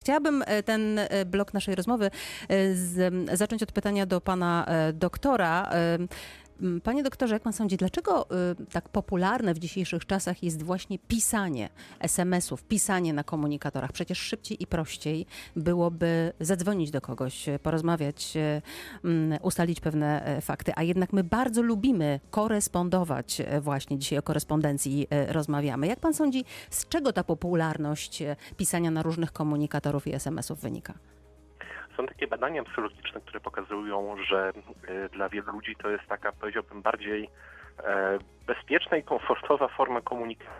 Chciałabym ten blok naszej rozmowy zacząć od pytania do pana doktora. Panie doktorze, jak pan sądzi, dlaczego tak popularne w dzisiejszych czasach jest właśnie pisanie SMS-ów, pisanie na komunikatorach? Przecież szybciej i prościej byłoby zadzwonić do kogoś, porozmawiać, ustalić pewne fakty, a jednak my bardzo lubimy korespondować. Właśnie dzisiaj o korespondencji rozmawiamy. Jak pan sądzi, z czego ta popularność pisania na różnych komunikatorów i SMS-ów wynika? Są takie badania psychologiczne, które pokazują, że dla wielu ludzi to jest taka, powiedziałbym, bardziej bezpieczna i komfortowa forma komunikacji.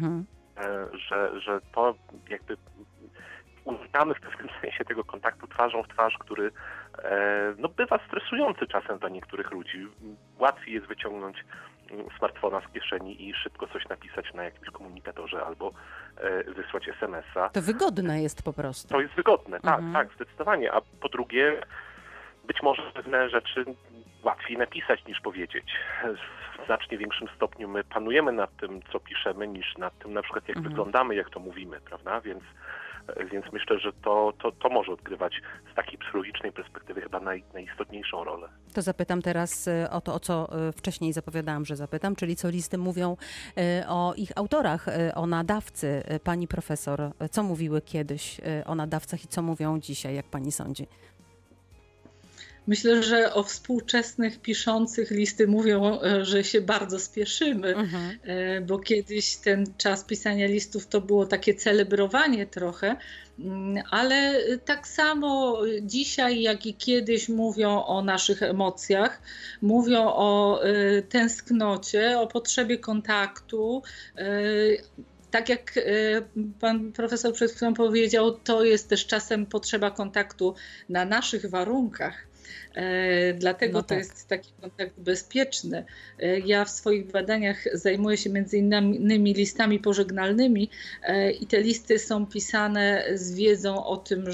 Że to jakby unikamy w pewnym sensie tego kontaktu twarzą w twarz, który bywa stresujący czasem dla niektórych ludzi. Łatwiej jest wyciągnąć smartfona z kieszeni i szybko coś napisać na jakimś komunikatorze albo wysłać SMS-a. To wygodne jest po prostu. To jest wygodne, tak, zdecydowanie. A po drugie, być może pewne rzeczy łatwiej napisać niż powiedzieć. W znacznie większym stopniu my panujemy nad tym, co piszemy, niż nad tym na przykład jak wyglądamy, jak to mówimy, prawda? Więc myślę, że to może odgrywać z takiej psychologicznej perspektywy chyba najistotniejszą rolę. To zapytam teraz o to, o co wcześniej zapowiadałam, że zapytam, czyli co listy mówią o ich autorach, o nadawcy. Pani profesor, co mówiły kiedyś o nadawcach i co mówią dzisiaj, jak pani sądzi? Myślę, że o współczesnych piszących listy mówią, że się bardzo spieszymy, bo kiedyś ten czas pisania listów to było takie celebrowanie trochę, ale tak samo dzisiaj, jak i kiedyś mówią o naszych emocjach, mówią o tęsknocie, o potrzebie kontaktu. Tak jak pan profesor przed chwilą powiedział, to jest też czasem potrzeba kontaktu na naszych warunkach. Dlatego to jest taki kontakt bezpieczny. Ja w swoich badaniach zajmuję się między innymi listami pożegnalnymi i te listy są pisane z wiedzą o tym,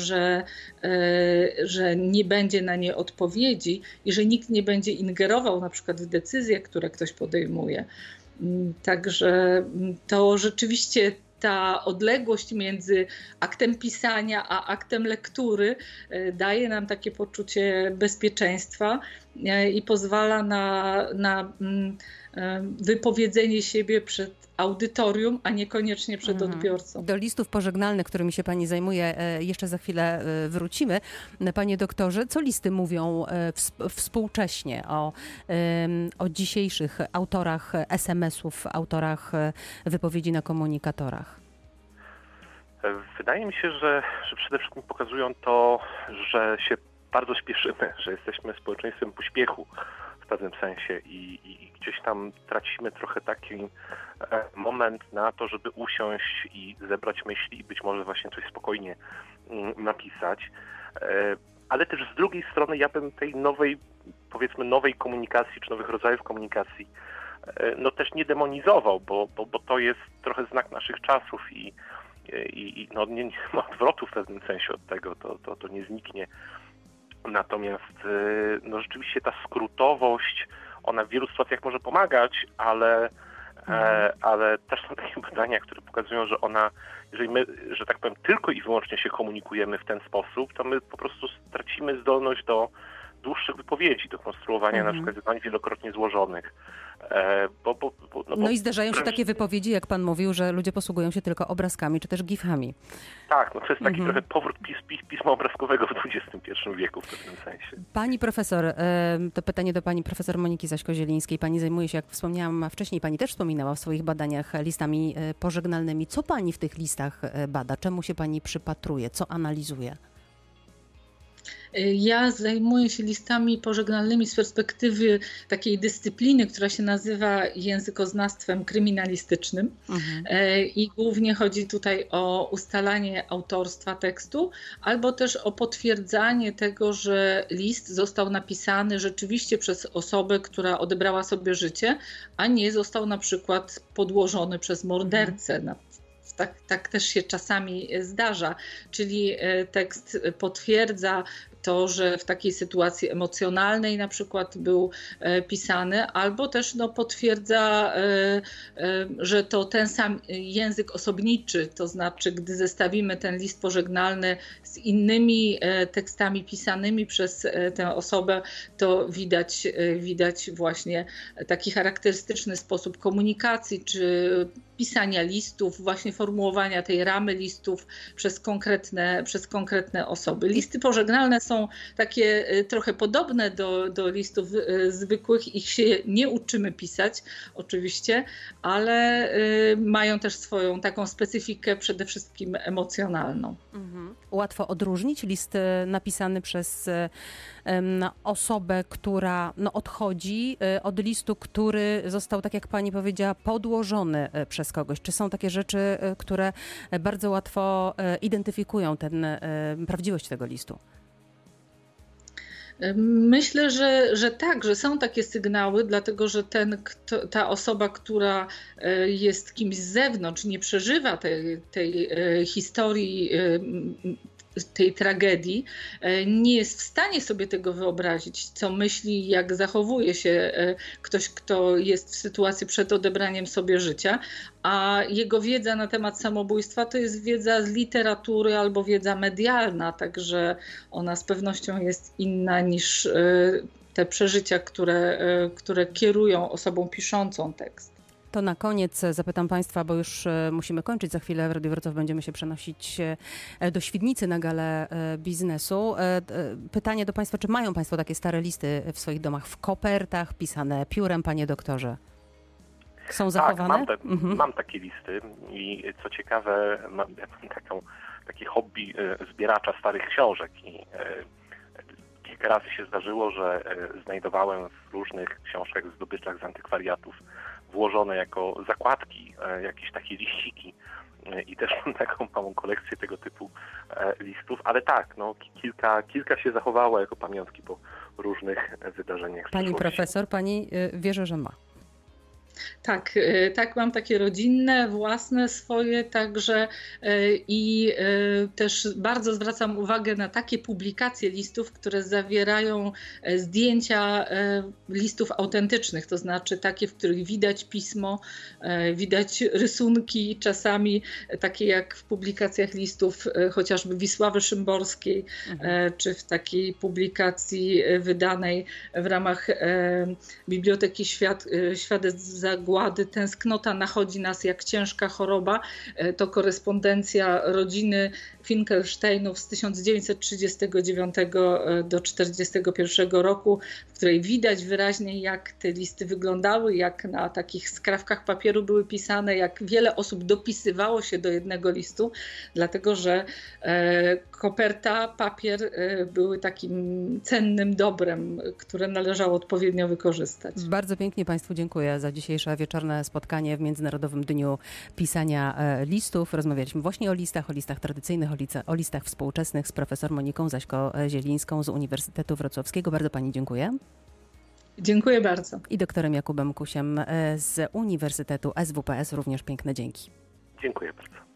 że nie będzie na nie odpowiedzi i że nikt nie będzie ingerował na przykład w decyzje, które ktoś podejmuje. Także to rzeczywiście ta odległość między aktem pisania a aktem lektury daje nam takie poczucie bezpieczeństwa i pozwala na wypowiedzenie siebie przed audytorium, a niekoniecznie przed odbiorcą. Do listów pożegnalnych, którymi się pani zajmuje, jeszcze za chwilę wrócimy. Panie doktorze, co listy mówią współcześnie o dzisiejszych autorach SMS-ów, autorach wypowiedzi na komunikatorach? Wydaje mi się, że przede wszystkim pokazują to, że się bardzo śpieszymy, że jesteśmy społeczeństwem pośpiechu w pewnym sensie i gdzieś tam tracimy trochę taki moment na to, żeby usiąść i zebrać myśli i być może właśnie coś spokojnie napisać. Ale też z drugiej strony ja bym tej nowej komunikacji, czy nowych rodzajów komunikacji też nie demonizował, bo to jest trochę znak naszych czasów i nie ma odwrotu w pewnym sensie od tego, to nie zniknie. Natomiast rzeczywiście ta skrótowość, ona w wielu sytuacjach może pomagać, ale też są takie badania, które pokazują, że jeżeli my, że tak powiem, tylko i wyłącznie się komunikujemy w ten sposób, to my po prostu stracimy zdolność do dłuższych wypowiedzi, do konstruowania na przykład zdań wielokrotnie złożonych. I zdarzają się takie wypowiedzi, jak pan mówił, że ludzie posługują się tylko obrazkami czy też gifami. Tak, to jest taki trochę powrót pisma obrazkowego w XXI wieku w pewnym sensie. Pani profesor, to pytanie do pani profesor Moniki Zaś-Kozielińskiej. Pani zajmuje się, jak wspomniałam wcześniej, pani też wspominała w swoich badaniach listami pożegnalnymi. Co pani w tych listach bada? Czemu się pani przypatruje? Co analizuje? Ja zajmuję się listami pożegnalnymi z perspektywy takiej dyscypliny, która się nazywa językoznawstwem kryminalistycznym. I głównie chodzi tutaj o ustalanie autorstwa tekstu, albo też o potwierdzanie tego, że list został napisany rzeczywiście przez osobę, która odebrała sobie życie, a nie został na przykład podłożony przez mordercę. Tak też się czasami zdarza, czyli tekst potwierdza to, że w takiej sytuacji emocjonalnej na przykład był pisany, albo też potwierdza, że to ten sam język osobniczy, to znaczy gdy zestawimy ten list pożegnalny z innymi tekstami pisanymi przez tę osobę, to widać właśnie taki charakterystyczny sposób komunikacji czy pisania listów, właśnie formułowania tej ramy listów przez konkretne osoby. Listy pożegnalne są takie trochę podobne do listów zwykłych. Ich się nie uczymy pisać oczywiście, ale mają też swoją taką specyfikę przede wszystkim emocjonalną. Łatwo odróżnić list napisany przez osobę, która odchodzi, od listu, który został, tak jak pani powiedziała, podłożony przez kogoś. Czy są takie rzeczy, które bardzo łatwo identyfikują prawdziwość tego listu? Myślę, że tak, że są takie sygnały, dlatego że ta osoba, która jest kimś z zewnątrz, nie przeżywa tej historii, tej tragedii, nie jest w stanie sobie tego wyobrazić, co myśli, jak zachowuje się ktoś, kto jest w sytuacji przed odebraniem sobie życia, a jego wiedza na temat samobójstwa to jest wiedza z literatury albo wiedza medialna, także ona z pewnością jest inna niż te przeżycia, które kierują osobą piszącą tekst. To na koniec zapytam państwa, bo już musimy kończyć. Za chwilę w Radiu Wrocław będziemy się przenosić do Świdnicy na galę biznesu. Pytanie do państwa, czy mają państwo takie stare listy w swoich domach, w kopertach, pisane piórem, panie doktorze? Są zachowane? Tak, mam takie listy i co ciekawe, mam takie hobby zbieracza starych książek i kilka razy się zdarzyło, że znajdowałem w różnych książkach, zdobyczach z antykwariatów włożone jako zakładki jakieś takie liściki i też mam taką małą kolekcję tego typu listów, ale tak, kilka się zachowało jako pamiątki po różnych wydarzeniach w Pani przeszłości. profesor, pani wierzę, że ma. Tak, mam takie rodzinne, własne swoje także i też bardzo zwracam uwagę na takie publikacje listów, które zawierają zdjęcia listów autentycznych, to znaczy takie, w których widać pismo, widać rysunki, czasami takie jak w publikacjach listów chociażby Wisławy Szymborskiej, czy w takiej publikacji wydanej w ramach Biblioteki Świadectw Zagłady Tęsknota nachodzi nas jak ciężka choroba. To korespondencja rodziny Finkelsteinów z 1939 do 1941 roku, w której widać wyraźnie, jak te listy wyglądały, jak na takich skrawkach papieru były pisane, jak wiele osób dopisywało się do jednego listu, dlatego że koperta, papier były takim cennym dobrem, które należało odpowiednio wykorzystać. Bardzo pięknie państwu dziękuję za dzisiejsze wieczorne spotkanie w Międzynarodowym Dniu Pisania Listów. Rozmawialiśmy właśnie o listach tradycyjnych, o listach współczesnych z profesor Moniką Zaśko-Zielińską z Uniwersytetu Wrocławskiego. Bardzo pani dziękuję. Dziękuję bardzo. I doktorem Jakubem Kusiem z Uniwersytetu SWPS również piękne dzięki. Dziękuję bardzo.